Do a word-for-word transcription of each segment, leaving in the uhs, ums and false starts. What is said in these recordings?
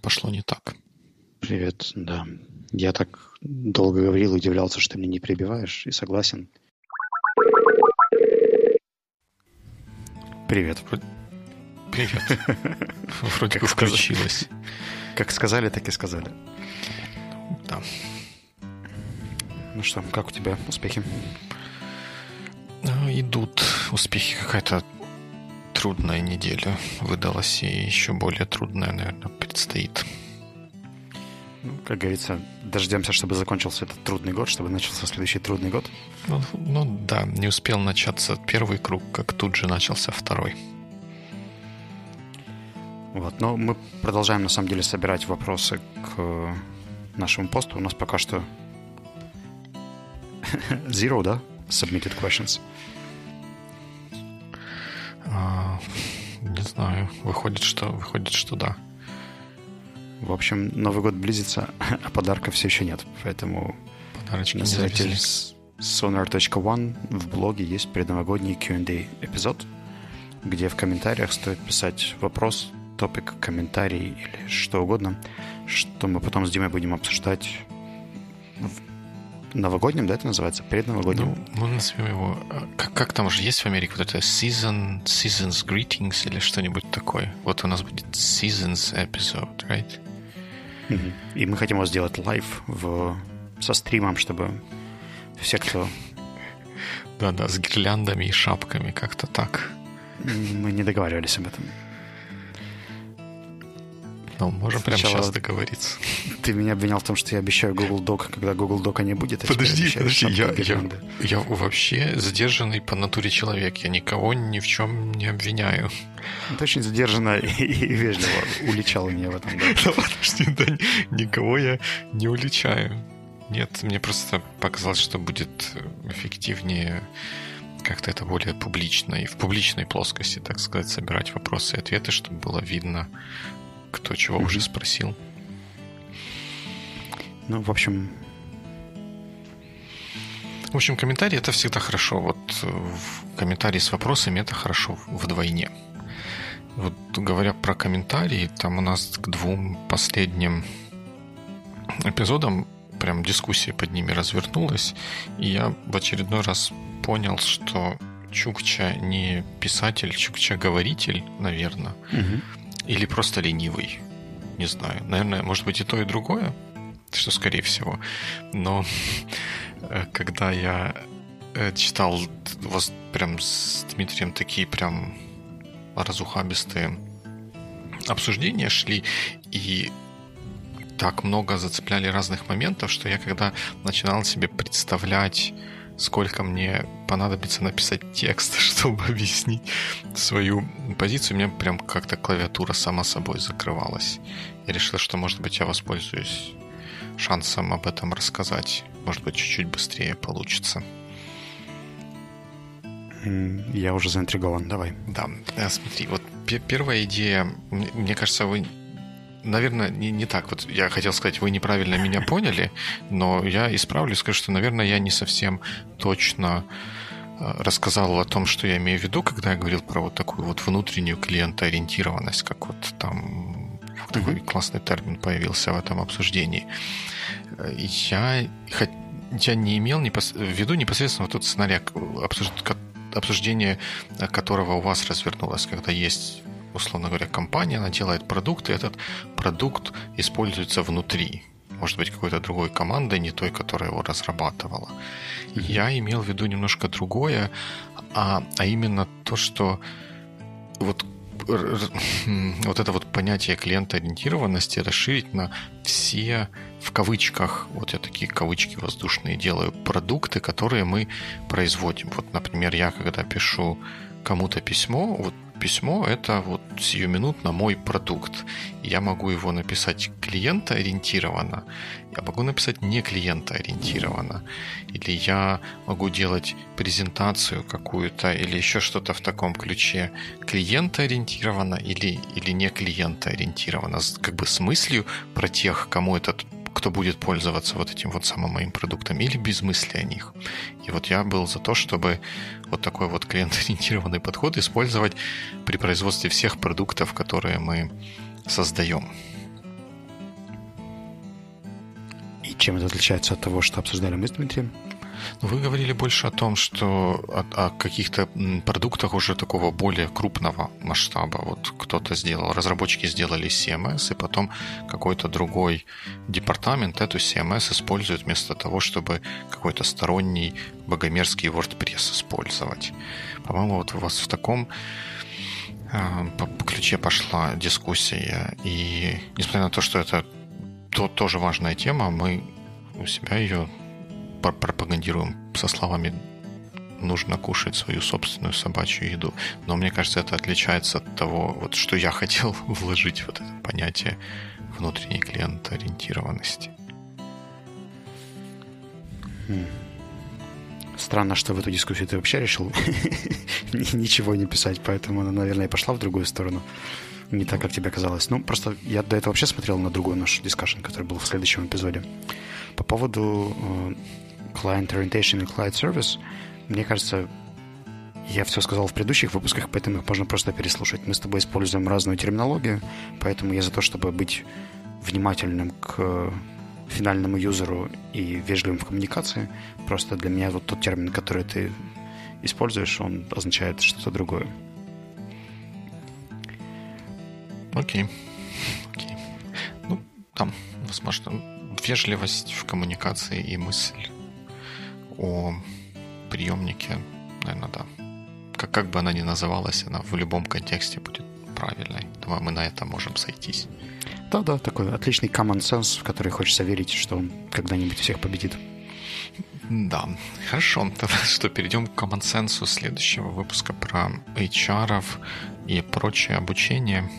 пошло не так. Привет, да. Я так долго говорил и удивлялся, что ты меня не перебиваешь, и согласен. Привет. Привет. Вроде бы включилось. Как сказали, так и сказали. Да. Ну что, как у тебя успехи? Идут успехи. Какая-то трудная неделя выдалась, и еще более трудная, наверное, предстоит. Ну, как говорится, дождемся, чтобы закончился этот трудный год, чтобы начался следующий трудный год. Ну, ну да, не успел начаться первый круг, как тут же начался второй. Вот, но мы продолжаем, на самом деле, собирать вопросы к нашему посту. У нас пока что zero, да? Submitted questions. А, не знаю. Выходит, что, выходит, что да. В общем, Новый год близится, а подарков все еще нет. Поэтому подарочки на сайте sonar точка one в блоге есть предновогодний кью энд эй эпизод, где в комментариях стоит писать вопрос, топик, комментарий или что угодно, что мы потом с Димой будем обсуждать в новогоднем, да, это называется? Предновогоднем? Ну, мы назовем его... Как, как там же есть в Америке вот это season, Seasons Greetings или что-нибудь такое? Вот у нас будет Seasons Episode, right? Mm-hmm. И мы хотим его сделать лайв в... со стримом, чтобы все, кто... Да-да, с гирляндами и шапками, как-то так. Мы не договаривались об этом. Ну, можем Сначала прямо сейчас договориться. Ты меня обвинял в том, что я обещаю Google Doc, когда Google Doc не будет. А подожди, подожди, я, я, я вообще сдержанный по натуре человек. Я никого ни в чем не обвиняю. Ты очень задержанно и, и вежливо уличал меня в этом. Да, да подожди, да, никого я не уличаю. Нет, мне просто показалось, что будет эффективнее как-то это более публично и в публичной плоскости, так сказать, собирать вопросы и ответы, чтобы было видно, кто чего mm-hmm. уже спросил. Ну, в общем... В общем, комментарии — это всегда хорошо. Вот комментарии с вопросами — это хорошо вдвойне. Вот говоря про комментарии, там у нас к двум последним эпизодам прям дискуссия под ними развернулась, и я в очередной раз понял, что Чукча не писатель, Чукча говоритель, наверное, mm-hmm. или просто ленивый. Не знаю. Наверное, может быть и то, и другое, что скорее всего. Но когда я читал у вас прям с Дмитрием такие прям разухабистые обсуждения шли, и так много зацепляли разных моментов, что я когда начинал себе представлять, сколько мне понадобится написать текст, чтобы объяснить свою позицию, у меня прям как-то клавиатура сама собой закрывалась. Я решил, что, может быть, я воспользуюсь шансом об этом рассказать. Может быть, чуть-чуть быстрее получится. Я уже заинтригован. Давай. Да, смотри, вот первая идея, мне кажется, вы... Наверное, не, не так. Вот я хотел сказать, вы неправильно меня поняли, но я исправлю и скажу, что, наверное, я не совсем точно рассказал о том, что я имею в виду, когда я говорил про вот такую вот внутреннюю клиентоориентированность, как вот там mm-hmm. такой классный термин появился в этом обсуждении. Я, я не имел непос... в виду непосредственно вот тот сценарий обсуждения, которого у вас развернулось, когда есть, условно говоря, компания, она делает продукт, и этот продукт используется внутри. Может быть, какой-то другой командой, не той, которая его разрабатывала. Mm-hmm. Я имел в виду немножко другое, а, а именно то, что вот, вот это вот понятие клиентоориентированности расширить на все, в кавычках, вот я такие кавычки воздушные делаю, продукты, которые мы производим. Вот, например, я когда пишу кому-то письмо, вот письмо — это вот сиюминутно мой продукт. Я могу его написать клиентоориентированно, я могу написать не клиентоориентированно. Или я могу делать презентацию какую-то или еще что-то в таком ключе клиентоориентированно или, или не клиентоориентированно. Как бы с мыслью про тех, кому этот кто будет пользоваться вот этим вот самым моим продуктом, или без мысли о них. И вот я был за то, чтобы вот такой вот клиент-ориентированный подход использовать при производстве всех продуктов, которые мы создаем. чем это отличается от того, что обсуждали мы с Дмитрием? Вы говорили больше о том, что о, о каких-то продуктах уже такого более крупного масштаба. Вот кто-то сделал, разработчики сделали си эм эс, и потом какой-то другой департамент эту си эм эс использует вместо того, чтобы какой-то сторонний богомерзкий WordPress использовать. По-моему, вот у вас в таком по ключе пошла дискуссия. И несмотря на то, что это то, тоже важная тема, мы у себя ее пропагандируем со словами «нужно кушать свою собственную собачью еду». Но мне кажется, это отличается от того, вот, что я хотел вложить в вот это понятие внутренней клиентоориентированности. Странно, что в эту дискуссию ты вообще решил ничего не писать, поэтому она, наверное, и пошла в другую сторону. Не так, как тебе казалось. Ну, просто я до этого вообще смотрел на другой наш дискашн, который был в следующем эпизоде. По поводу э, Client Orientation и Client Service, мне кажется, я все сказал в предыдущих выпусках, поэтому их можно просто переслушать. Мы с тобой используем разную терминологию, поэтому я за то, чтобы быть внимательным к финальному юзеру и вежливым в коммуникации. Просто для меня вот тот термин, который ты используешь, он означает что-то другое. Окей. Окей. Ну, там, возможно, вежливость в коммуникации и мысль о приемнике, наверное, да. Как, как бы она ни называлась, она в любом контексте будет правильной. Думаю, мы на этом можем сойтись. Да-да, такой отличный common sense, в который хочется верить, что он когда-нибудь всех победит. Да, хорошо. Тогда что, перейдем к common sense следующего выпуска про эйч ар и прочее обучение.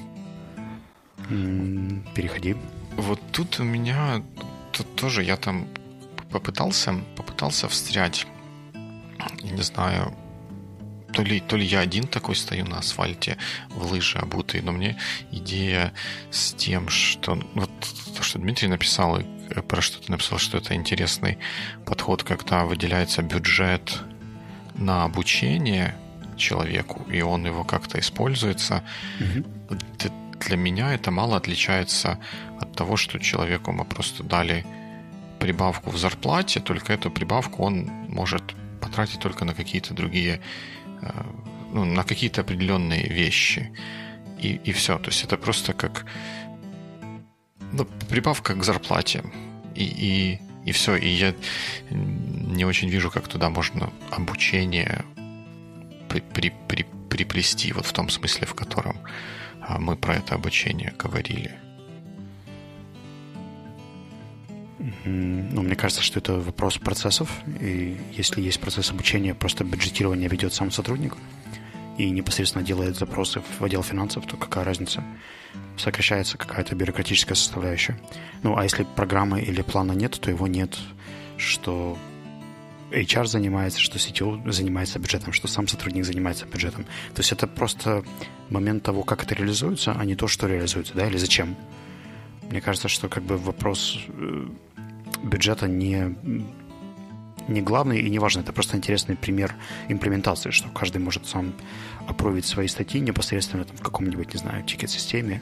Переходи. Вот тут у меня тут тоже я там попытался, попытался встрять. Я не знаю, то ли, то ли я один такой стою на асфальте в лыжи обутый, но мне идея с тем, что вот то, что Дмитрий написал, и про что ты написал, что это интересный подход, когда выделяется бюджет на обучение человеку, и он его как-то используется. Mm-hmm. Для меня это мало отличается от того, что человеку мы просто дали прибавку в зарплате, только эту прибавку он может потратить только на какие-то другие, ну, на какие-то определенные вещи. И, и все. То есть это просто как ну, прибавка к зарплате. И, и, и все. И я не очень вижу, как туда можно обучение при, при, при, приплести, вот в том смысле, в котором мы про это обучение говорили. Ну, мне кажется, что это вопрос процессов. И если есть процесс обучения, просто бюджетирование ведет сам сотрудник и непосредственно делает запросы в отдел финансов, то какая разница? Сокращается какая-то бюрократическая составляющая. Ну, а если программы или плана нет, то его нет. Что эйч ар занимается, что си ти о занимается бюджетом, что сам сотрудник занимается бюджетом. То есть это просто момент того, как это реализуется, а не то, что реализуется, да, или зачем. Мне кажется, что как бы вопрос бюджета не, не главный и не важный. Это просто интересный пример имплементации, что каждый может сам аппровить свои статьи непосредственно там, в каком-нибудь, не знаю, тикет-системе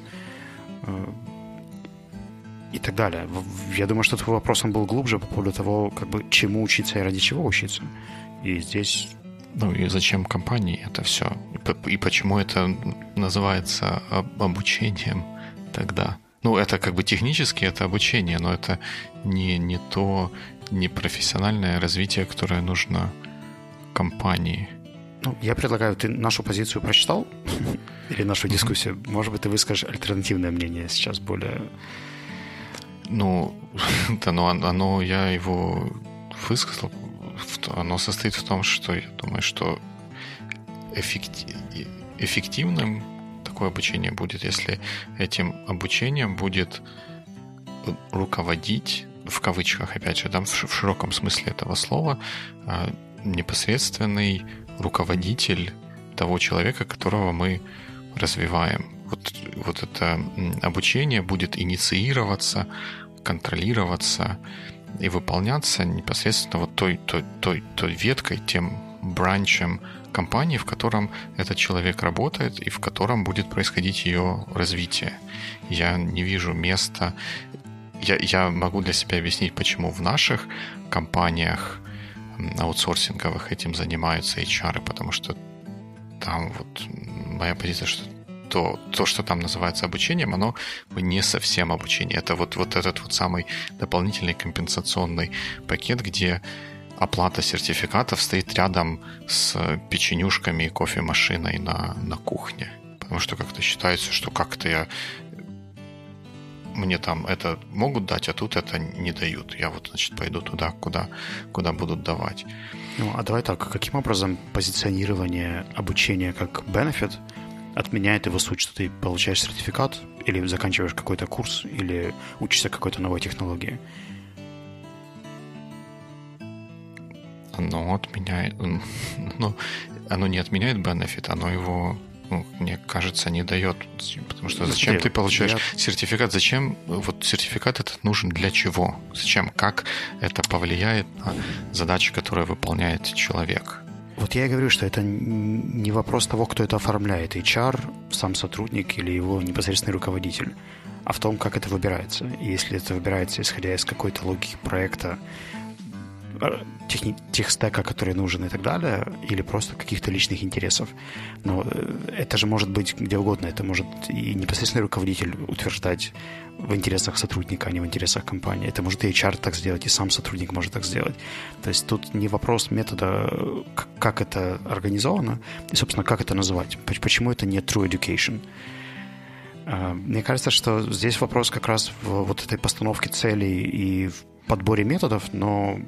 и так далее. Я думаю, что твой вопрос он был глубже по поводу того, как бы, чему учиться и ради чего учиться. И здесь... Ну и зачем компании это все? И почему это называется обучением тогда? Ну, это как бы технически это обучение, но это не, не то, не профессиональное развитие, которое нужно компании. Ну, я предлагаю, ты нашу позицию прочитал? Или нашу дискуссию? Может быть, ты выскажешь альтернативное мнение сейчас более... Ну, да, но оно, я его высказал. Оно состоит в том, что я думаю, что эффектив, эффективным такое обучение будет, если этим обучением будет руководить, в кавычках, опять же, там в широком смысле этого слова, непосредственный руководитель того человека, которого мы развиваем. Вот, вот это обучение будет инициироваться, контролироваться и выполняться непосредственно вот той, той, той, той веткой, тем бранчем компании, в котором этот человек работает и в котором будет происходить ее развитие. Я не вижу места я, я могу для себя объяснить, почему в наших компаниях аутсорсинговых этим занимаются эйч ар, потому что там вот моя позиция, что то, то, что там называется обучением, оно не совсем обучение. Это вот, вот этот вот самый дополнительный компенсационный пакет, где оплата сертификатов стоит рядом с печенюшками и кофемашиной на, на кухне. Потому что как-то считается, что как-то я... Мне там это могут дать, а тут это не дают. Я вот, значит, пойду туда, куда, куда будут давать. Ну, а давай так, каким образом позиционирование обучения как benefit отменяет его суть, что ты получаешь сертификат или заканчиваешь какой-то курс, или учишься какой-то новой технологии? Оно отменяет... Ну, оно не отменяет benefit, оно его... Ну, мне кажется, не дает. Потому что зачем Смотри, ты получаешь я... сертификат? Зачем вот сертификат этот нужен для чего? Зачем? Как это повлияет на задачи, которые выполняет человек? Вот я и говорю, что это не вопрос того, кто это оформляет. эйч ар, сам сотрудник или его непосредственный руководитель, а в том, как это выбирается. И если это выбирается, исходя из какой-то логики проекта, Техни- техстека, который нужен и так далее, или просто каких-то личных интересов. Но это же может быть где угодно. Это может и непосредственный руководитель утверждать в интересах сотрудника, а не в интересах компании. Это может и эйч ар так сделать, и сам сотрудник может так сделать. То есть тут не вопрос метода, как это организовано, и, собственно, как это называть. Почему это не true education? Мне кажется, что здесь вопрос как раз в вот этой постановке целей и в подборе методов, но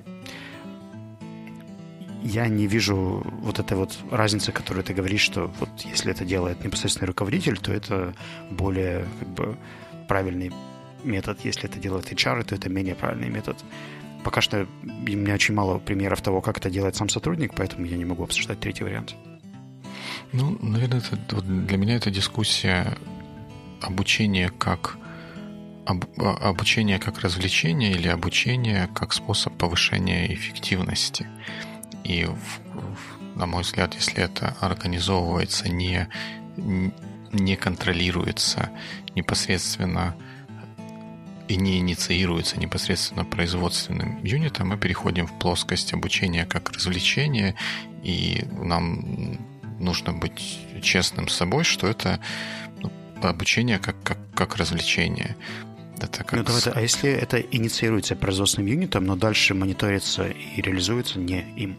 я не вижу вот этой вот разницы, которую ты говоришь, что вот если это делает непосредственный руководитель, то это более как бы правильный метод. Если это делает эйч ар, то это менее правильный метод. Пока что у меня очень мало примеров того, как это делает сам сотрудник, поэтому я не могу обсуждать третий вариант. Ну, наверное, это, вот для меня это дискуссия обучения как об, обучение как развлечение или обучение как способ повышения эффективности. И, на мой взгляд, если это организовывается, не, не контролируется непосредственно и не инициируется непосредственно производственным юнитом, мы переходим в плоскость обучения как развлечение, и нам нужно быть честным с собой, что это ну, обучение как, как, как развлечение. Это как... ну, давай, а если это инициируется производственным юнитом, но дальше мониторится и реализуется не им?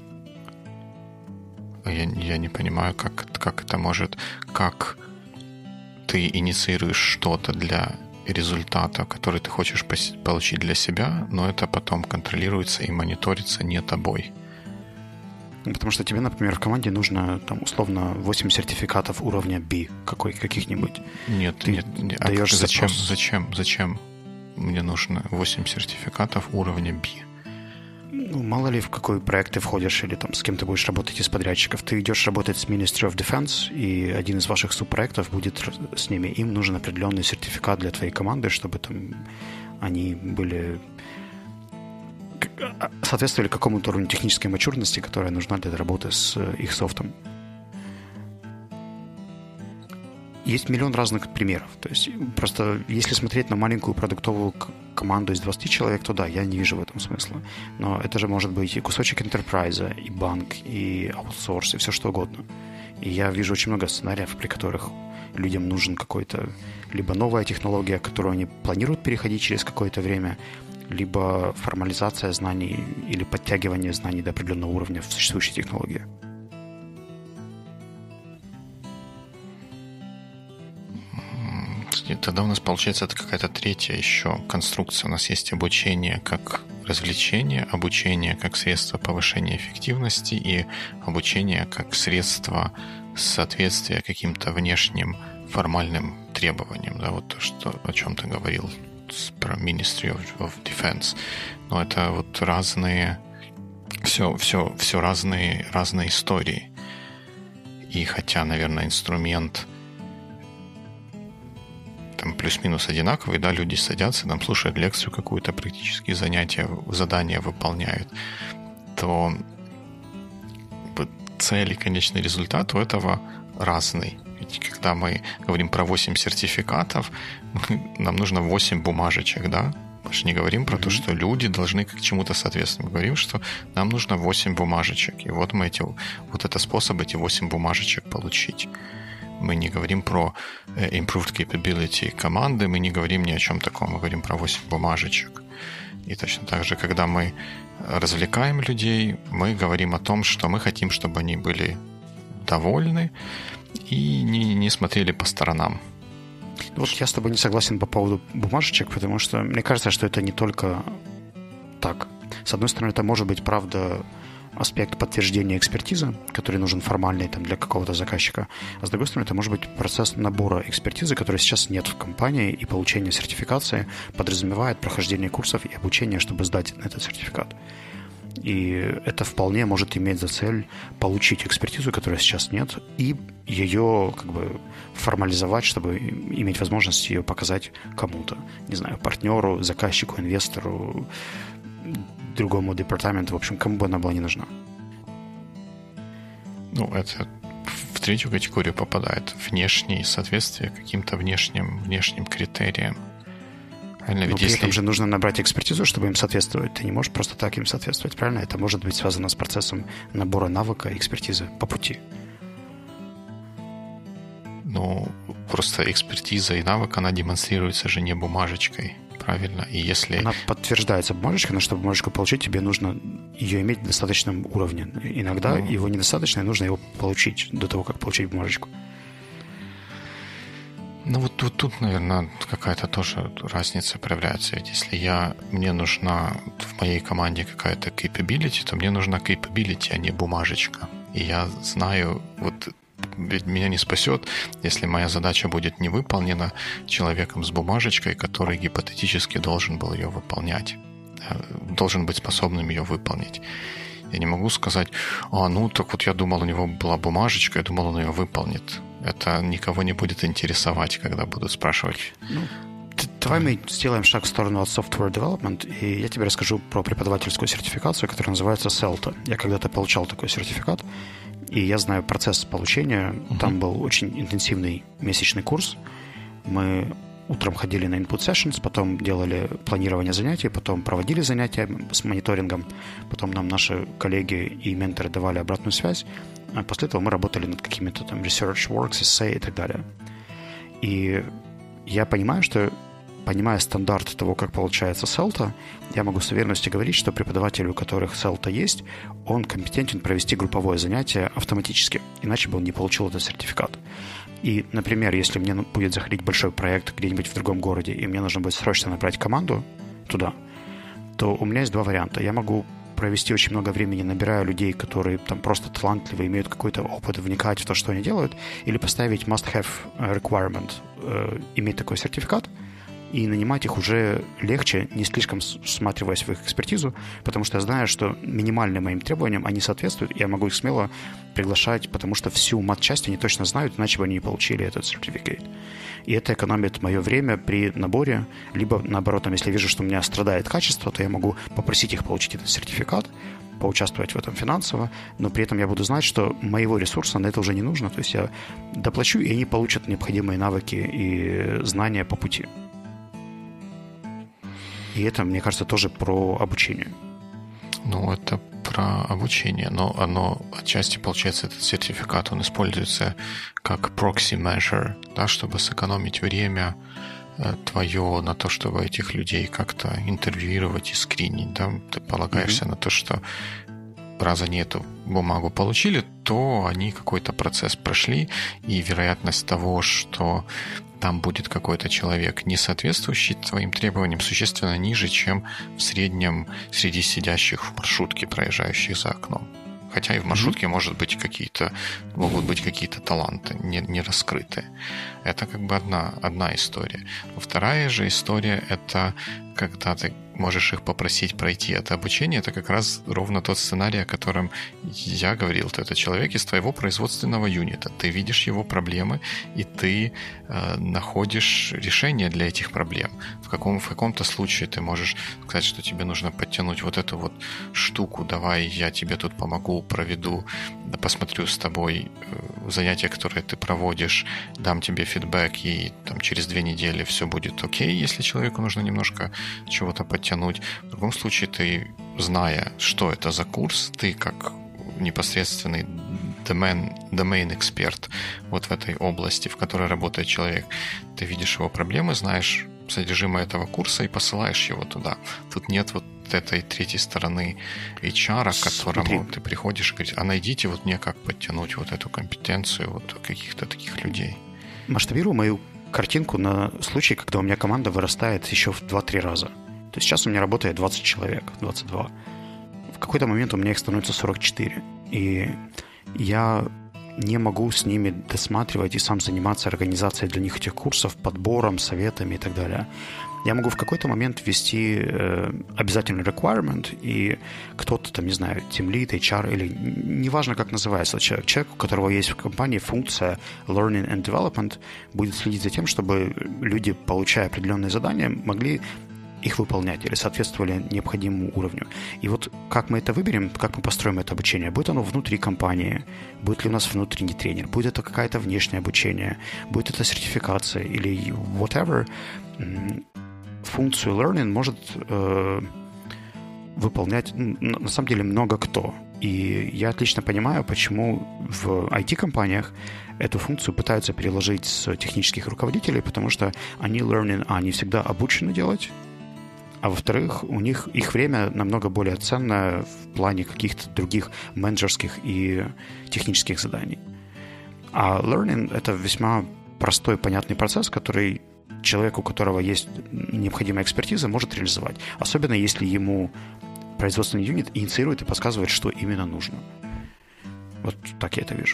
Я, я не понимаю, как, как это может... Как ты инициируешь что-то для результата, который ты хочешь получить для себя, но это потом контролируется и мониторится не тобой. Потому что тебе, например, в команде нужно там, условно восемь сертификатов уровня B какой, каких-нибудь. Нет, ты нет, нет. Даешь а зачем, запрос... зачем, зачем мне нужно восемь сертификатов уровня B? Ну, мало ли, в какой проект ты входишь или там с кем ты будешь работать из подрядчиков. Ты идешь работать с Ministry of Defense, и один из ваших субпроектов будет с ними. Им нужен определенный сертификат для твоей команды, чтобы там они были... соответствовали какому-то уровню технической мачурности, которая нужна для работы с их софтом. Есть миллион разных примеров. То есть просто если смотреть на маленькую продуктовую команду из двадцати человек, то да, я не вижу в этом смысла. Но это же может быть и кусочек энтерпрайза, и банк, и аутсорс, и все что угодно. И я вижу очень много сценариев, при которых людям нужен какой-то либо новая технология, к которой они планируют переходить через какое-то время, либо формализация знаний или подтягивание знаний до определенного уровня в существующей технологии. Тогда у нас получается это какая-то третья еще конструкция. У нас есть обучение как развлечение, обучение как средство повышения эффективности и обучение как средство соответствия каким-то внешним формальным требованиям. Да, вот то, что, о чем ты говорил про Ministry of, of Defense. Но это вот разные все, все, все разные, разные истории. И хотя, наверное, инструмент там плюс-минус одинаковый, да, люди садятся, там слушают лекцию какую-то, практические занятия, задания выполняют, то цель и конечный результат у этого разный. Ведь когда мы говорим про восемь сертификатов, нам нужно восемь бумажечек, да, Мы же не говорим про mm-hmm. то, что люди должны к чему-то соответствовать. Мы говорим, что нам нужно восемь бумажечек. И вот мы эти, вот это способ эти восемь бумажечек получить. Мы не говорим про improved capability команды, мы не говорим ни о чем таком. Мы говорим про восемь бумажечек. И точно так же, когда мы развлекаем людей, мы говорим о том, что мы хотим, чтобы они были довольны и не, не смотрели по сторонам. Вот я с тобой не согласен по поводу бумажечек, потому что мне кажется, что это не только так. С одной стороны, это может быть, правда, аспект подтверждения экспертизы, который нужен формальный там, для какого-то заказчика. А с другой стороны, это может быть процесс набора экспертизы, который сейчас нет в компании, и получение сертификации подразумевает прохождение курсов и обучение, чтобы сдать этот сертификат. И это вполне может иметь за цель получить экспертизу, которой сейчас нет, и ее как бы формализовать, чтобы иметь возможность ее показать кому-то. Не знаю, партнеру, заказчику, инвестору, другому департаменту, в общем, кому бы она была не нужна. Ну, это в третью категорию попадает. Внешние соответствия каким-то внешним, внешним критериям. Правильно? Ведь Но при если... этом же нужно набрать экспертизу, чтобы им соответствовать. Ты не можешь просто так им соответствовать, правильно? Это может быть связано с процессом набора навыка и экспертизы по пути. Ну, просто экспертиза и навык, она демонстрируется же не бумажечкой, правильно? И если... Она подтверждается бумажечкой, но чтобы бумажечку получить, тебе нужно ее иметь в достаточном уровне. Иногда ну... его недостаточно, и нужно его получить до того, как получить бумажечку. Ну вот, вот тут, наверное, какая-то тоже разница проявляется. Ведь если я, мне нужна в моей команде какая-то capability, то мне нужна capability, а не бумажечка. И я знаю, вот ведь меня не спасет, если моя задача будет не выполнена человеком с бумажечкой, который гипотетически должен был ее выполнять, должен быть способным ее выполнить. Я не могу сказать, а, ну, так вот я думал, у него была бумажечка, я думал, он ее выполнит. Это никого не будет интересовать, когда будут спрашивать. Ну, давай мы сделаем шаг в сторону от software development, и я тебе расскажу про преподавательскую сертификацию, которая называется селта. Я когда-то получал такой сертификат, и я знаю процесс получения. Uh-huh. Там был очень интенсивный месячный курс. Мы утром ходили на input sessions, потом делали планирование занятий, потом проводили занятия с мониторингом, потом нам наши коллеги и менторы давали обратную связь, а после этого мы работали над какими-то там research works, essay и так далее. И я понимаю, что, понимая стандарт того, как получается селта, я могу с уверенностью говорить, что преподаватель, у которых селта есть, он компетентен провести групповое занятие автоматически, иначе бы он не получил этот сертификат. И, например, если мне будет заходить большой проект где-нибудь в другом городе, и мне нужно будет срочно набрать команду туда, то у меня есть два варианта. Я могу провести очень много времени, набирая людей, которые там просто талантливы, имеют какой-то опыт, вникать в то, что они делают, или поставить must-have requirement, э, иметь такой сертификат, и нанимать их уже легче, не слишком всматриваясь в их экспертизу, потому что я знаю, что минимальным моим требованиям они соответствуют, и я могу их смело приглашать, потому что всю матчасть они точно знают, иначе бы они не получили этот сертификат. И это экономит мое время при наборе, либо, наоборот, там, если я вижу, что у меня страдает качество, то я могу попросить их получить этот сертификат, поучаствовать в этом финансово, но при этом я буду знать, что моего ресурса на это уже не нужно, то есть я доплачу, и они получат необходимые навыки и знания по пути. И это, мне кажется, тоже про обучение. Ну, это про обучение, но оно отчасти, получается, этот сертификат, он используется как proxy measure, да, чтобы сэкономить время твое на то, чтобы этих людей как-то интервьюировать и скринить. Да? Ты полагаешься mm-hmm. на то, что раз они эту бумагу получили, то они какой-то процесс прошли, и вероятность того, что там будет какой-то человек, не соответствующий твоим требованиям, существенно ниже, чем в среднем среди сидящих в маршрутке, проезжающих за окном. Хотя и в маршрутке mm-hmm. может быть какие-то, могут быть какие-то таланты не, не раскрытые. Это как бы одна, одна история. Вторая же история — это когда ты можешь их попросить пройти это обучение. Это как раз ровно тот сценарий, о котором я говорил. Это человек из твоего производственного юнита. Ты видишь его проблемы, и ты э, находишь решение для этих проблем. В, каком, в каком-то случае ты можешь сказать, что тебе нужно подтянуть вот эту вот штуку. Давай я тебе тут помогу, проведу, посмотрю с тобой э, занятия, которые ты проводишь, дам тебе фидбэк, и там, через две недели все будет окей, если человеку нужно немножко чего-то подтянуть. В другом случае ты, зная, что это за курс, ты как непосредственный домен, домен-эксперт вот в этой области, в которой работает человек, ты видишь его проблемы, знаешь содержимое этого курса и посылаешь его туда. Тут нет вот этой третьей стороны эйч ар, к которому Смотри. Ты приходишь и говоришь, а найдите вот мне, как подтянуть вот эту компетенцию вот каких-то таких людей. Масштабирую мою картинку на случай, когда у меня команда вырастает еще в два-три раза. То есть сейчас у меня работает двадцать человек, двадцать два. В какой-то момент у меня их становится сорок четыре. И я не могу с ними досматривать и сам заниматься организацией для них этих курсов, подбором, советами и так далее. Я могу в какой-то момент ввести э, обязательный requirement, и кто-то там, не знаю, team lead, эйч ар, или неважно, как называется человек, человек, у которого есть в компании функция learning and development, будет следить за тем, чтобы люди, получая определенные задания, могли их выполнять или соответствовали необходимому уровню. И вот как мы это выберем, как мы построим это обучение? Будет оно внутри компании? Будет ли у нас внутренний тренер? Будет это какое-то внешнее обучение? Будет это сертификация или whatever? Функцию learning может э, выполнять на самом деле много кто. И я отлично понимаю, почему в ай ти-компаниях эту функцию пытаются переложить с технических руководителей, потому что они learning, а, они всегда обучены делать, а во-вторых, у них их время намного более ценное в плане каких-то других менеджерских и технических заданий. А learning — это весьма простой, понятный процесс, который человек, у которого есть необходимая экспертиза, может реализовать. Особенно если ему производственный юнит инициирует и подсказывает, что именно нужно. Вот так я это вижу.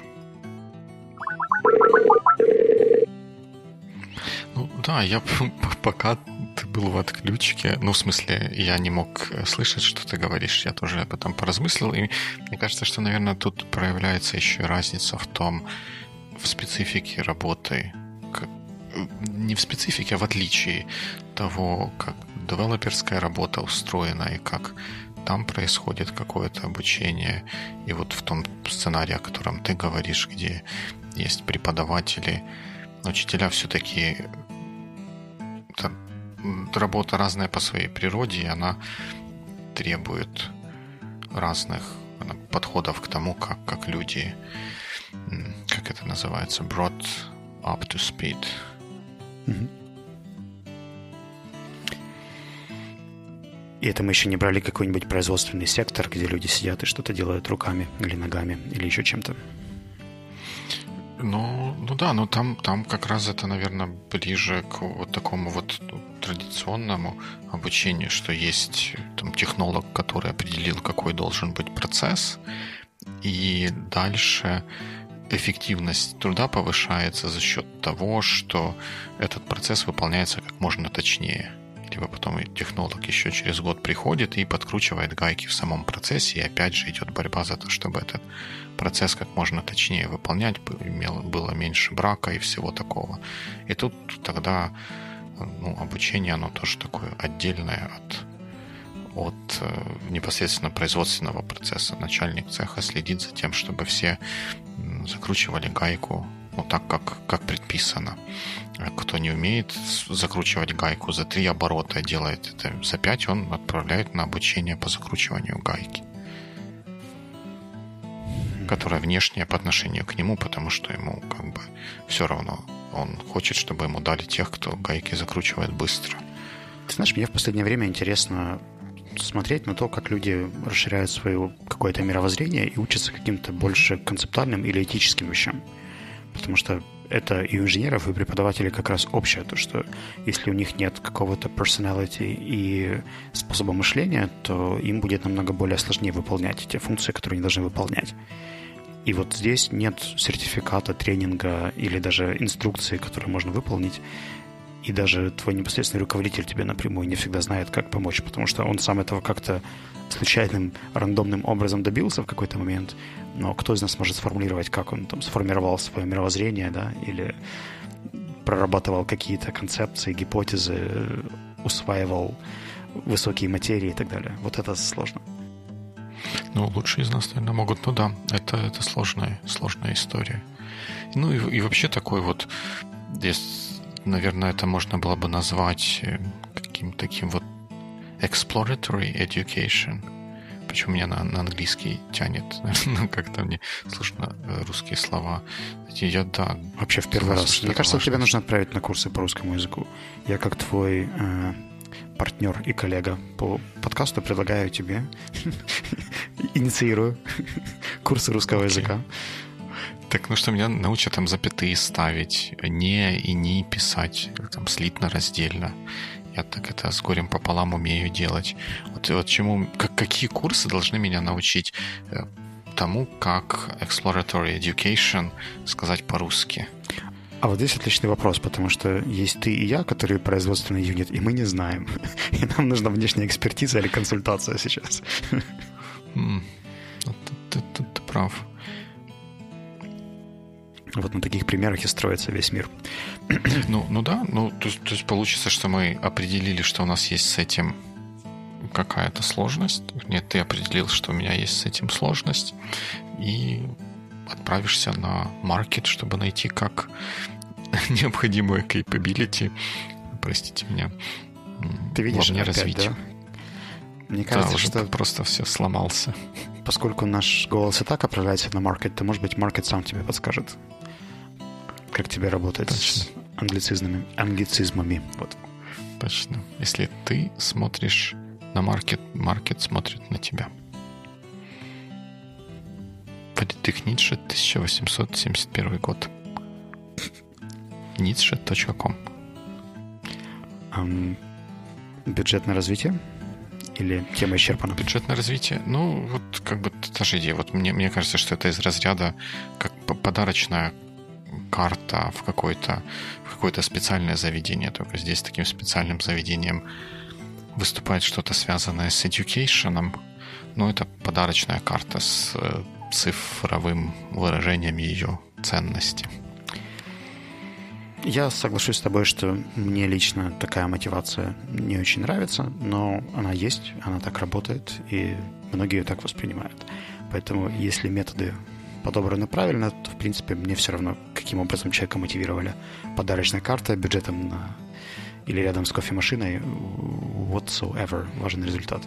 Ну да, я пока ты был в отключке, ну в смысле, я не мог слышать, что ты говоришь, я тоже об этом поразмыслил, и мне кажется, что, наверное, тут проявляется еще разница в том, в специфике работы, как, не в специфике, а в отличии того, как девелоперская работа устроена и как там происходит какое-то обучение, и вот в том сценарии, о котором ты говоришь, где есть преподаватели, учителя все-таки работа разная по своей природе, и она требует разных подходов к тому, как, как люди, как это называется, brought up to speed. Mm-hmm. И это мы еще не брали какой-нибудь производственный сектор, где люди сидят и что-то делают руками или ногами, или еще чем-то. Ну, ну да, но там, там как раз это, наверное, ближе к вот такому вот традиционному обучению, что есть там технолог, который определил, какой должен быть процесс, и дальше эффективность труда повышается за счет того, что этот процесс выполняется как можно точнее. Либо потом технолог еще через год приходит и подкручивает гайки в самом процессе, и опять же идет борьба за то, чтобы этот процесс как можно точнее выполнять, было меньше брака и всего такого. И тут тогда ну, обучение, оно тоже такое отдельное от, от непосредственно производственного процесса. Начальник цеха следит за тем, чтобы все закручивали гайку ну, так, как, как предписано. Кто не умеет закручивать гайку за три оборота, делает это за пять, он отправляет на обучение по закручиванию гайки, которая внешняя по отношению к нему, потому что ему как бы все равно. Он хочет, чтобы ему дали тех, кто гайки закручивает быстро. Ты знаешь, мне в последнее время интересно смотреть на то, как люди расширяют свое какое-то мировоззрение и учатся каким-то больше концептуальным или этическим вещам. Потому что это и у инженеров, и у преподавателей как раз общее, то, что если у них нет какого-то personality и способа мышления, то им будет намного более сложнее выполнять те функции, которые они должны выполнять. И вот здесь нет сертификата, тренинга или даже инструкции, которые можно выполнить. И даже твой непосредственный руководитель тебе напрямую не всегда знает, как помочь, потому что он сам этого как-то случайным, рандомным образом добился в какой-то момент. Но кто из нас может сформулировать, как он там сформировал свое мировоззрение, да, или прорабатывал какие-то концепции, гипотезы, усваивал высокие материи и так далее. Вот это сложно. Ну, лучшие из нас, наверное, могут. Ну да, это, это сложная, сложная история. Ну и, и вообще такой вот... Здесь, наверное, это можно было бы назвать каким-то таким вот exploratory education. Почему меня на, на английский тянет? Ну, как-то мне слышно русские слова. Я, да. Вообще в первый раз. Мне кажется, важно. Тебе нужно отправить на курсы по русскому языку. Я как твой э, партнер и коллега по подкасту предлагаю тебе, инициирую курсы русского okay. языка. Так, ну что, меня научат там запятые ставить, не и не писать, там слитно-раздельно. Я так это с горем пополам умею делать. Вот, вот чему, как, какие курсы должны меня научить тому, как exploratory education сказать по-русски? А вот здесь отличный вопрос, потому что есть ты и я, которые производственный юнит, и мы не знаем. И нам нужна внешняя экспертиза или консультация сейчас. Mm. Ты, ты, ты прав. Вот на таких примерах и строится весь мир. Ну, ну да, ну то, то есть получится, что мы определили, что у нас есть с этим какая-то сложность. Нет, ты определил, что у меня есть с этим сложность, и отправишься на маркет, чтобы найти как необходимую capability, простите меня, ты видишь, мне опять, развить. Да? Мне кажется, да, уже что просто все сломался. Поскольку наш голос и так отправляется на маркет, то, может быть, маркет сам тебе подскажет, как тебе работать Точно. С англицизмами. англицизмами. Вот. Точно. Если ты смотришь на маркет, маркет смотрит на тебя. Фридрих Ницше, тысяча восемьсот семьдесят первый год. ницше точка ком. Um, бюджетное развитие? Или тема исчерпана? Бюджетное развитие? Ну, вот как бы та же идея. Вот мне, мне кажется, что это из разряда как подарочная карта в какое-то, в какое-то специальное заведение. Только здесь таким специальным заведением выступает что-то связанное с education. Но это подарочная карта с цифровым выражением ее ценности. Я соглашусь с тобой, что мне лично такая мотивация не очень нравится, но она есть, она так работает, и многие ее так воспринимают. Поэтому если методы подобраны правильно, то, в принципе, мне все равно, каким образом человека мотивировали. Подарочная карта, бюджетом на... или рядом с кофемашиной, whatsoever, важен результат.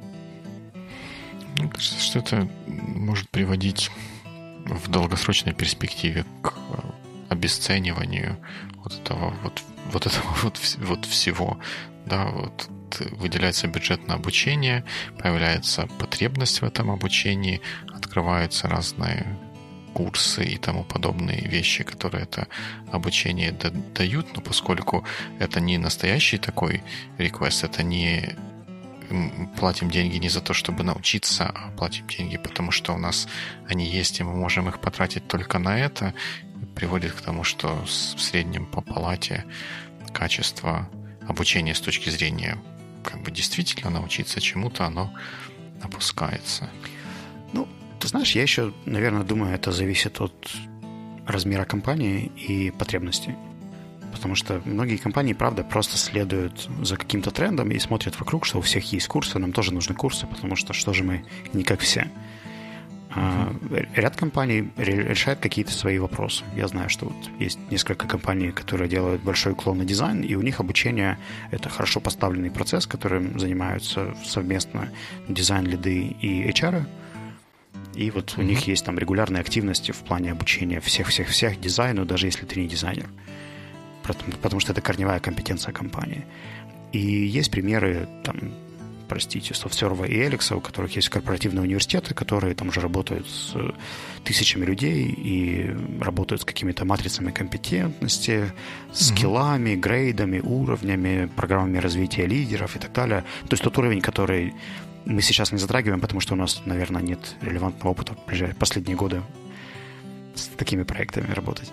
Мне кажется, что это может приводить в долгосрочной перспективе к обесцениванию вот этого вот, вот этого вот, вот всего. Да, вот выделяется бюджет на обучение, появляется потребность в этом обучении, открываются разные курсы и тому подобные вещи, которые это обучение дают, но поскольку это не настоящий такой реквест, это не платим деньги не за то, чтобы научиться, а платим деньги, потому что у нас они есть, и мы можем их потратить только на это, приводит к тому, что в среднем по палате качество обучения с точки зрения как бы действительно научиться чему-то, оно опускается. Ну, ты знаешь, я еще, наверное, думаю, это зависит от размера компании и потребностей. Потому что многие компании, правда, просто следуют за каким-то трендом и смотрят вокруг, что у всех есть курсы, нам тоже нужны курсы, потому что что же мы не как все. Uh-huh. Ряд компаний решает какие-то свои вопросы. Я знаю, что вот есть несколько компаний, которые делают большой уклон на дизайн, и у них обучение — это хорошо поставленный процесс, которым занимаются совместно дизайн-лиды и эйч ар. И вот uh-huh. у них есть там регулярные активности в плане обучения всех-всех-всех дизайну, даже если ты не дизайнер. Потому что это корневая компетенция компании. И есть примеры, там, простите, SoftServe и Elix, у которых есть корпоративные университеты, которые там уже работают с тысячами людей и работают с какими-то матрицами компетентности, скиллами, mm-hmm. грейдами, уровнями, программами развития лидеров и так далее. То есть тот уровень, который мы сейчас не затрагиваем, потому что у нас, наверное, нет релевантного опыта в последние годы с такими проектами работать.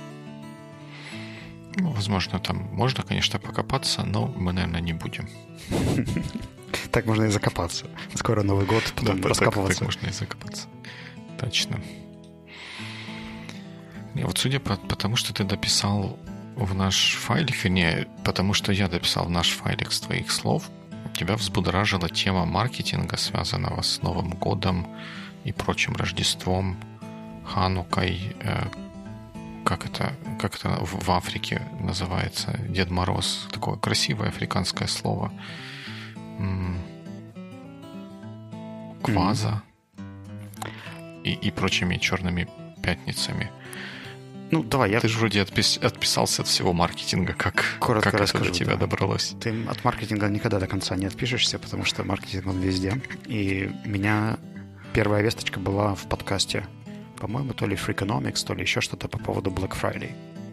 Ну, возможно, там можно, конечно, покопаться, но мы, наверное, не будем. Так можно и закопаться. Скоро Новый год, потом да, раскапываться. Так, так можно и закопаться. Точно. И вот судя по, по тому, что ты дописал в наш файлик, вернее, потому что я дописал в наш файлик с твоих слов, тебя взбудоражила тема маркетинга, связанного с Новым годом и прочим Рождеством, Ханукой. Как это, как это в Африке называется? Дед Мороз. Такое красивое африканское слово. м- Кваза mm-hmm. и, и прочими черными пятницами. Ну, давай, я... Ты же вроде отпис... отписался от всего маркетинга. Как, Коротко как расскажу, это до тебя да. добралось? Ты от маркетинга никогда до конца не отпишешься, потому что маркетинг, он везде. И у меня первая весточка была в подкасте, по-моему, то ли Freakonomics, то ли еще что-то по поводу Black Friday.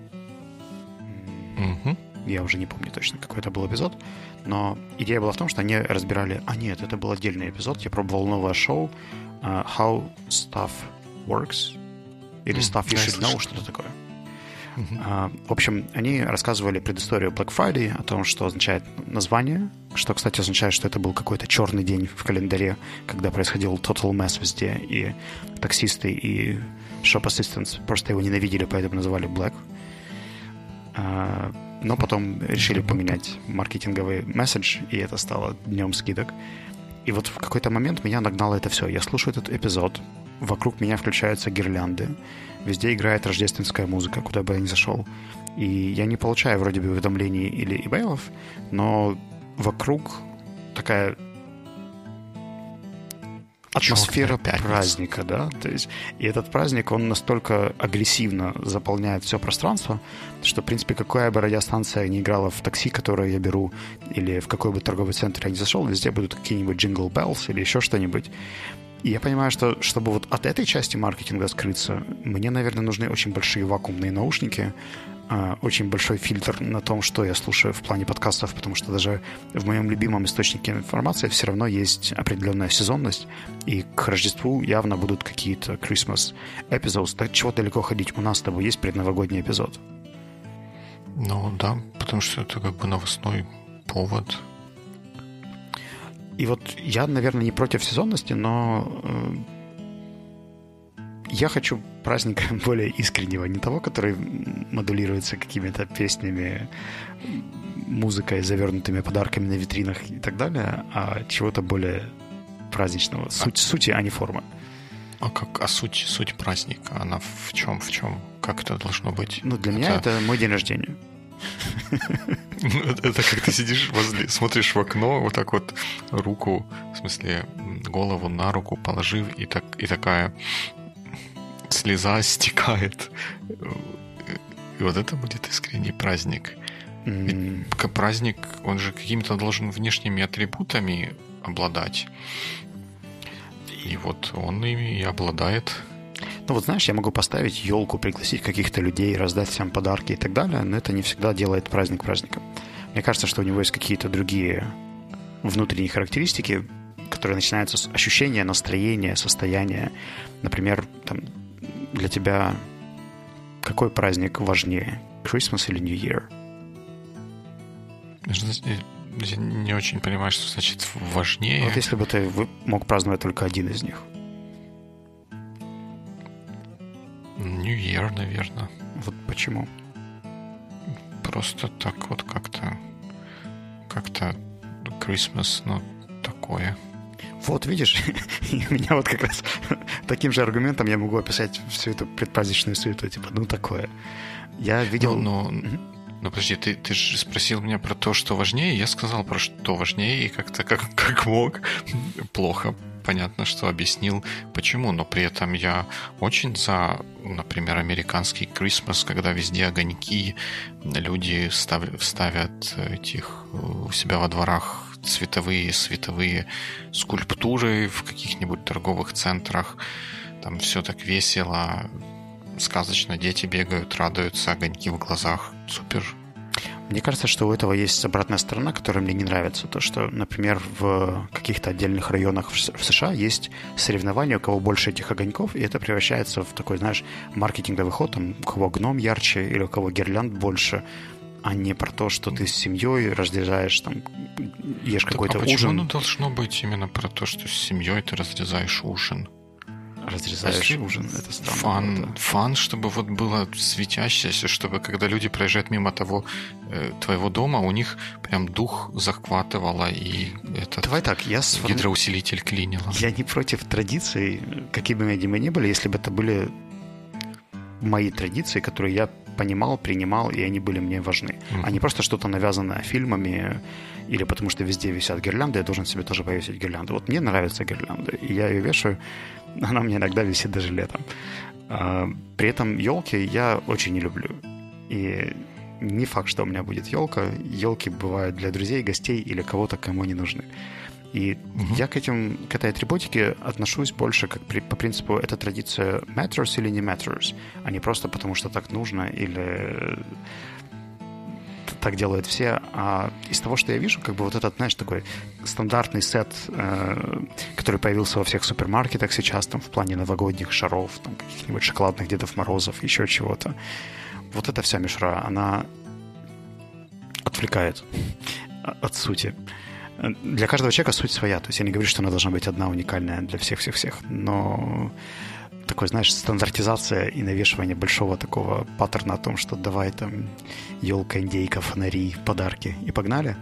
Mm-hmm. Я уже не помню точно, какой это был эпизод. Но идея была в том, что они разбирали... А нет, это был отдельный эпизод. Я пробовал новое шоу uh, How Stuff Works. Или mm, Stuff You Should Know, что-то такое. Mm-hmm. Uh, в общем, они рассказывали предысторию Black Friday, о том, что означает название, что, кстати, означает, что это был какой-то черный день в календаре, когда происходил total mess везде, и таксисты, и shop assistants просто его ненавидели, поэтому называли Black. Uh, но потом решили поменять маркетинговый месседж, и это стало днем скидок. И вот в какой-то момент меня нагнало это все. Я слушаю этот эпизод, вокруг меня включаются гирлянды, везде играет рождественская музыка, куда бы я ни зашел. И я не получаю вроде бы уведомлений или имейлов, но вокруг такая атмосфера праздника, да, то есть и этот праздник, он настолько агрессивно заполняет все пространство, что, в принципе, какая бы радиостанция ни играла в такси, которое я беру, или в какой бы торговый центр я ни зашел, везде будут какие-нибудь Jingle Bells или еще что-нибудь. И я понимаю, что чтобы вот от этой части маркетинга скрыться, мне, наверное, нужны очень большие вакуумные наушники, очень большой фильтр на том, что я слушаю в плане подкастов, потому что даже в моем любимом источнике информации все равно есть определенная сезонность, и к Рождеству явно будут какие-то Christmas episodes. Так чего далеко ходить? У нас с тобой есть предновогодний эпизод. Ну да, потому что это как бы новостной повод. И вот я, наверное, не против сезонности, но э, я хочу праздника более искреннего, не того, который модулируется какими-то песнями, музыкой, завернутыми подарками на витринах и так далее, а чего-то более праздничного. Суть, а, сути, а не форма. А как, а суть, суть праздника, она в чем, в чем? Как это должно быть? Ну, для это... меня это мой день рождения. Это как ты сидишь возле, смотришь в окно, вот так вот руку, в смысле голову на руку положив, и, так, и такая слеза стекает. И вот это будет искренний праздник. Mm. Ведь праздник, он же какими-то должен внешними атрибутами обладать. И вот он ими и обладает. Ну вот знаешь, я могу поставить елку, пригласить каких-то людей, раздать всем подарки и так далее, но это не всегда делает праздник праздником. Мне кажется, что у него есть какие-то другие внутренние характеристики, которые начинаются с ощущения, настроения, состояния. Например, там, для тебя какой праздник важнее? Christmas или New Year? Я не очень понимаю, что значит важнее. Вот если бы ты мог праздновать только один из них. New Year, наверное. Вот почему? Просто так вот как-то как-то Christmas, ну, такое. Вот, видишь, у меня вот как раз таким же аргументом я могу описать всю эту предпраздничную суету, типа, ну, такое. Я видел... Ну, но, mm-hmm. но подожди, ты, ты же спросил меня про то, что важнее, я сказал про что важнее, и как-то как, как мог. Плохо. Понятно, что объяснил, почему, но при этом я очень за, например, американский Christmas, когда везде огоньки, люди ставят, ставят этих у себя во дворах цветовые, световые скульптуры в каких-нибудь торговых центрах. Там все так весело, сказочно, дети бегают, радуются, огоньки в глазах. Супер. Мне кажется, что у этого есть обратная сторона, которая мне не нравится. То, что, например, в каких-то отдельных районах в США есть соревнования, у кого больше этих огоньков, и это превращается в такой, знаешь, маркетинговый ход, там, у кого гном ярче или у кого гирлянд больше, а не про то, что ты с семьей разрезаешь, там, ешь так, какой-то а почему ужин. Почему оно должно быть именно про то, что с семьей ты разрезаешь ужин? Разрезаешь Если ужин, это странно. Фан, было, да. фан, чтобы вот было светящееся, чтобы когда люди проезжают мимо того э, твоего дома, у них прям дух захватывало и этот Давай так, я сформ... гидроусилитель клинило. Я не против традиций, какими бы они ни были, если бы это были мои традиции, которые я понимал, принимал, и они были мне важны. Mm-hmm. А не просто что-то навязанное фильмами, или потому что везде висят гирлянды, я должен себе тоже повесить гирлянду. Вот мне нравится гирлянда, и я ее вешаю, она мне иногда висит даже летом. При этом елки я очень не люблю. И не факт, что у меня будет елка. Елки бывают для друзей, гостей или кого-то, кому они нужны. И угу. я к, этим, к этой атрибутике отношусь больше как при, по принципу, это традиция matters или не matters, а не просто потому, что так нужно или так делают все. А из того, что я вижу, как бы вот этот, знаешь, такой стандартный сет, э, который появился во всех супермаркетах сейчас, там, в плане новогодних шаров, там, каких-нибудь шоколадных Дедов Морозов, еще чего-то. Вот эта вся мишура, она отвлекает от сути. Для каждого человека суть своя. То есть я не говорю, что она должна быть одна уникальная для всех-всех-всех, но такой, знаешь, стандартизация и навешивание большого такого паттерна о том, что давай там елка, индейка, фонари, подарки и погнали.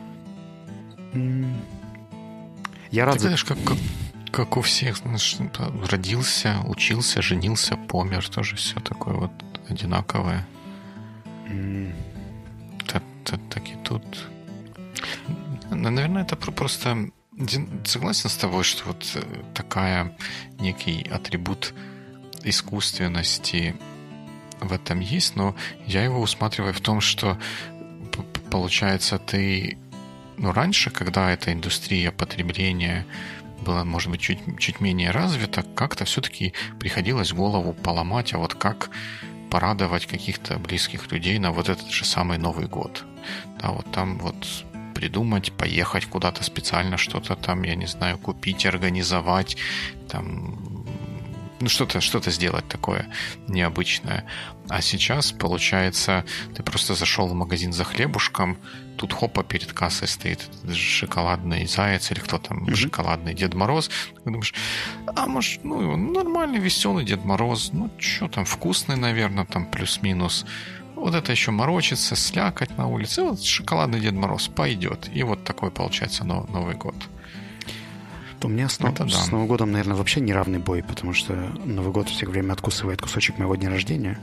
Я рад... Ты знаешь, как, как, как у всех, знаешь, родился, учился, женился, помер, тоже все такое вот одинаковое. Mm. Так, так, так и тут... Наверное, это просто... Согласен с тобой, что вот такая некий атрибут искусственности в этом есть, но я его усматриваю в том, что получается ты... Ну, раньше, когда эта индустрия потребления была, может быть, чуть, чуть менее развита, как-то все-таки приходилось в голову поломать, а вот как порадовать каких-то близких людей на вот этот же самый Новый год. Да, вот там вот... придумать, поехать куда-то специально, что-то там, я не знаю, купить, организовать, там, ну, что-то, что-то сделать такое необычное. А сейчас, получается, ты просто зашел в магазин за хлебушком, тут хопа, перед кассой стоит шоколадный заяц или кто там, mm-hmm. шоколадный Дед Мороз. Ты думаешь, а может, ну, нормальный, веселый Дед Мороз, ну, что там, вкусный, наверное, там, плюс-минус. Вот это еще морочится, слякоть на улице. Вот шоколадный Дед Мороз пойдет. И вот такой получается Новый год. У меня с, это, с да. Новым годом, наверное, вообще неравный бой, потому что Новый год все время откусывает кусочек моего дня рождения.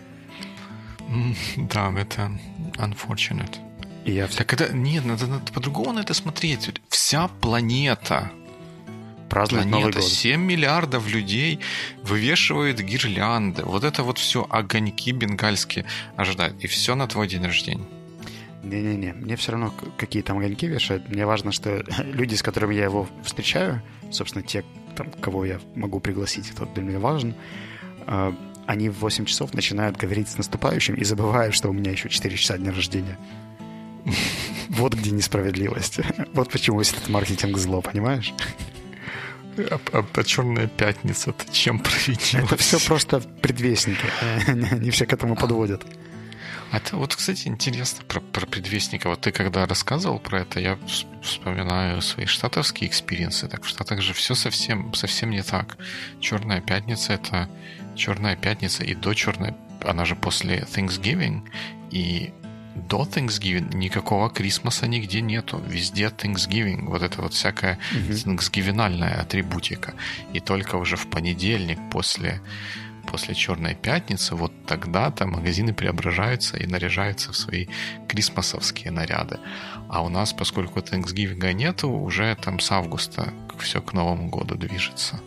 Да, это unfortunate. И я... Так это... Нет, надо, надо по-другому на это смотреть. Вся планета... празднует Новый год. семь миллиардов людей вывешивают гирлянды. Вот это вот все огоньки бенгальские ожидают. И все на твой день рождения. Не-не-не, мне все равно какие там огоньки вешают. Мне важно, что люди, с которыми я его встречаю, собственно, те, там, кого я могу пригласить, кто для меня важен, они в восемь часов начинают говорить с наступающим и забывают, что у меня еще четыре часа дня рождения. Вот где несправедливость. Вот почему весь этот маркетинг зло, понимаешь? А, а, а Черная пятница-то чем провинилась? Это все просто предвестники. Они все к этому подводят. А это вот, кстати, интересно про, про предвестника. Вот ты когда рассказывал про это, я вспоминаю свои штатовские экспириенсы. Так в Штатах же все совсем, совсем не так. Черная пятница — это Черная пятница, и до Черной... Она же после Thanksgiving, и до Thanksgiving никакого Крисмаса нигде нету. Везде Thanksgiving. Вот это вот всякая Thanksgivingальная атрибутика. И только уже в понедельник после... после Черной пятницы, вот тогда-то магазины преображаются и наряжаются в свои крисмасовские наряды. А у нас, поскольку Thanksgiving нету, уже там с августа все к Новому году движется.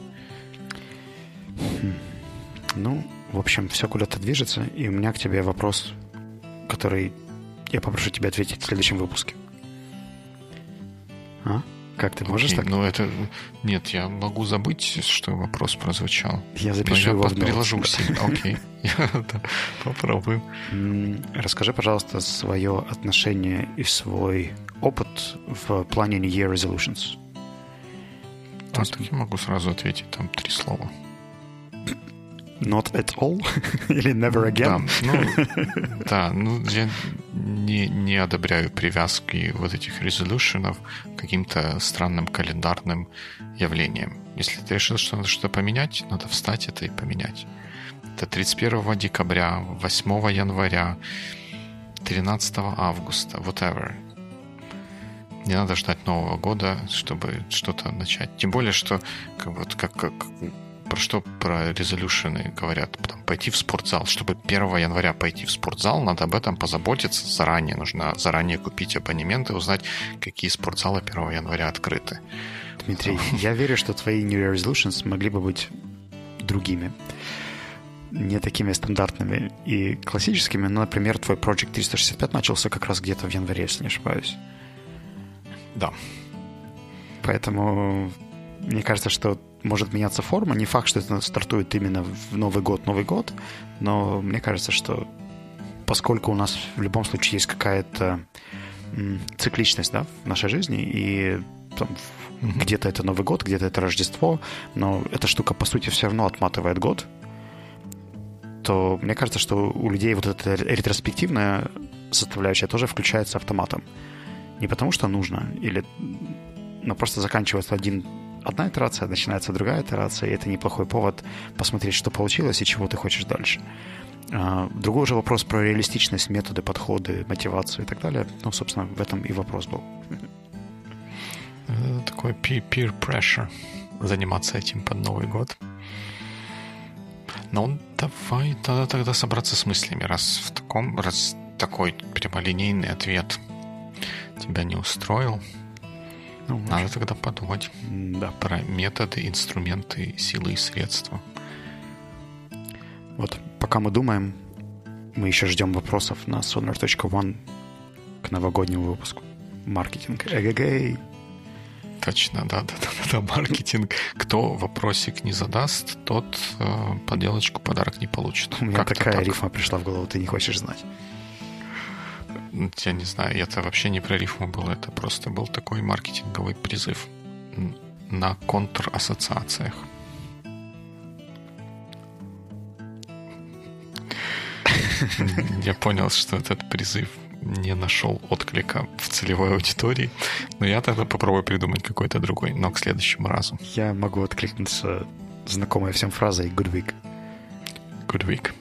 Ну, в общем, все куда-то движется. И у меня к тебе вопрос, который я попрошу тебя ответить в следующем выпуске. А? Как ты можешь okay, так? Ну, это... Нет, я могу забыть, что вопрос прозвучал. Я запишу его в ноут. Приложу к себе. Окей. Попробуем. Расскажи, пожалуйста, свое отношение и свой опыт в плане New Year Resolutions. А, так я могу сразу ответить. Там три слова. Not at all? Или never again? Да, ну, да, ну я не, не одобряю привязки вот этих резолюшенов к каким-то странным календарным явлениям. Если ты решил, что надо что-то поменять, надо встать это и поменять. Это тридцать первого декабря, восьмого января, тринадцатого августа, whatever. Не надо ждать Нового года, чтобы что-то начать. Тем более, что как, вот, как, как про что про резолюшены говорят? Там, пойти в спортзал. Чтобы первого января пойти в спортзал, надо об этом позаботиться заранее. Нужно заранее купить абонемент и узнать, какие спортзалы первого января открыты. Дмитрий, я верю, что твои New Year Resolutions могли бы быть другими. Не такими стандартными и классическими. Но, например, твой Project триста шестьдесят пять начался как раз где-то в январе, если не ошибаюсь. Да. Поэтому мне кажется, что может меняться форма. Не факт, что это стартует именно в Новый год, Новый год, но мне кажется, что поскольку у нас в любом случае есть какая-то м, цикличность, да, в нашей жизни, и там, mm-hmm. где-то это Новый год, где-то это Рождество, но эта штука, по сути, все равно отматывает год, то мне кажется, что у людей вот эта ретроспективная составляющая тоже включается автоматом. Не потому что нужно, или, но просто заканчивается один одна итерация, начинается другая итерация, и это неплохой повод посмотреть, что получилось и чего ты хочешь дальше. Другой уже вопрос про реалистичность, методы, подходы, мотивацию и так далее. Ну, собственно, в этом и вопрос был. Такой peer pressure заниматься этим под Новый год. Ну, давай тогда, тогда собраться с мыслями, раз в таком, раз такой прямолинейный ответ тебя не устроил. Ну, надо может. Тогда подумать да. про методы, инструменты, силы и средства. Вот, пока мы думаем, мы еще ждем вопросов на sonar точка one к новогоднему выпуску. Маркетинг. Эгэгэй. Точно, да, да, да, да, маркетинг. Кто вопросик не задаст, тот э, поделочку, подарок не получит. У меня Как-то такая так. рифма пришла в голову, ты не хочешь знать. Я не знаю, это вообще не про рифму было, это просто был такой маркетинговый призыв на контр-ассоциациях. Я понял, что этот призыв не нашел отклика в целевой аудитории, но я тогда попробую придумать какой-то другой, но к следующему разу. Я могу откликнуться знакомой всем фразой «Good week». Good week.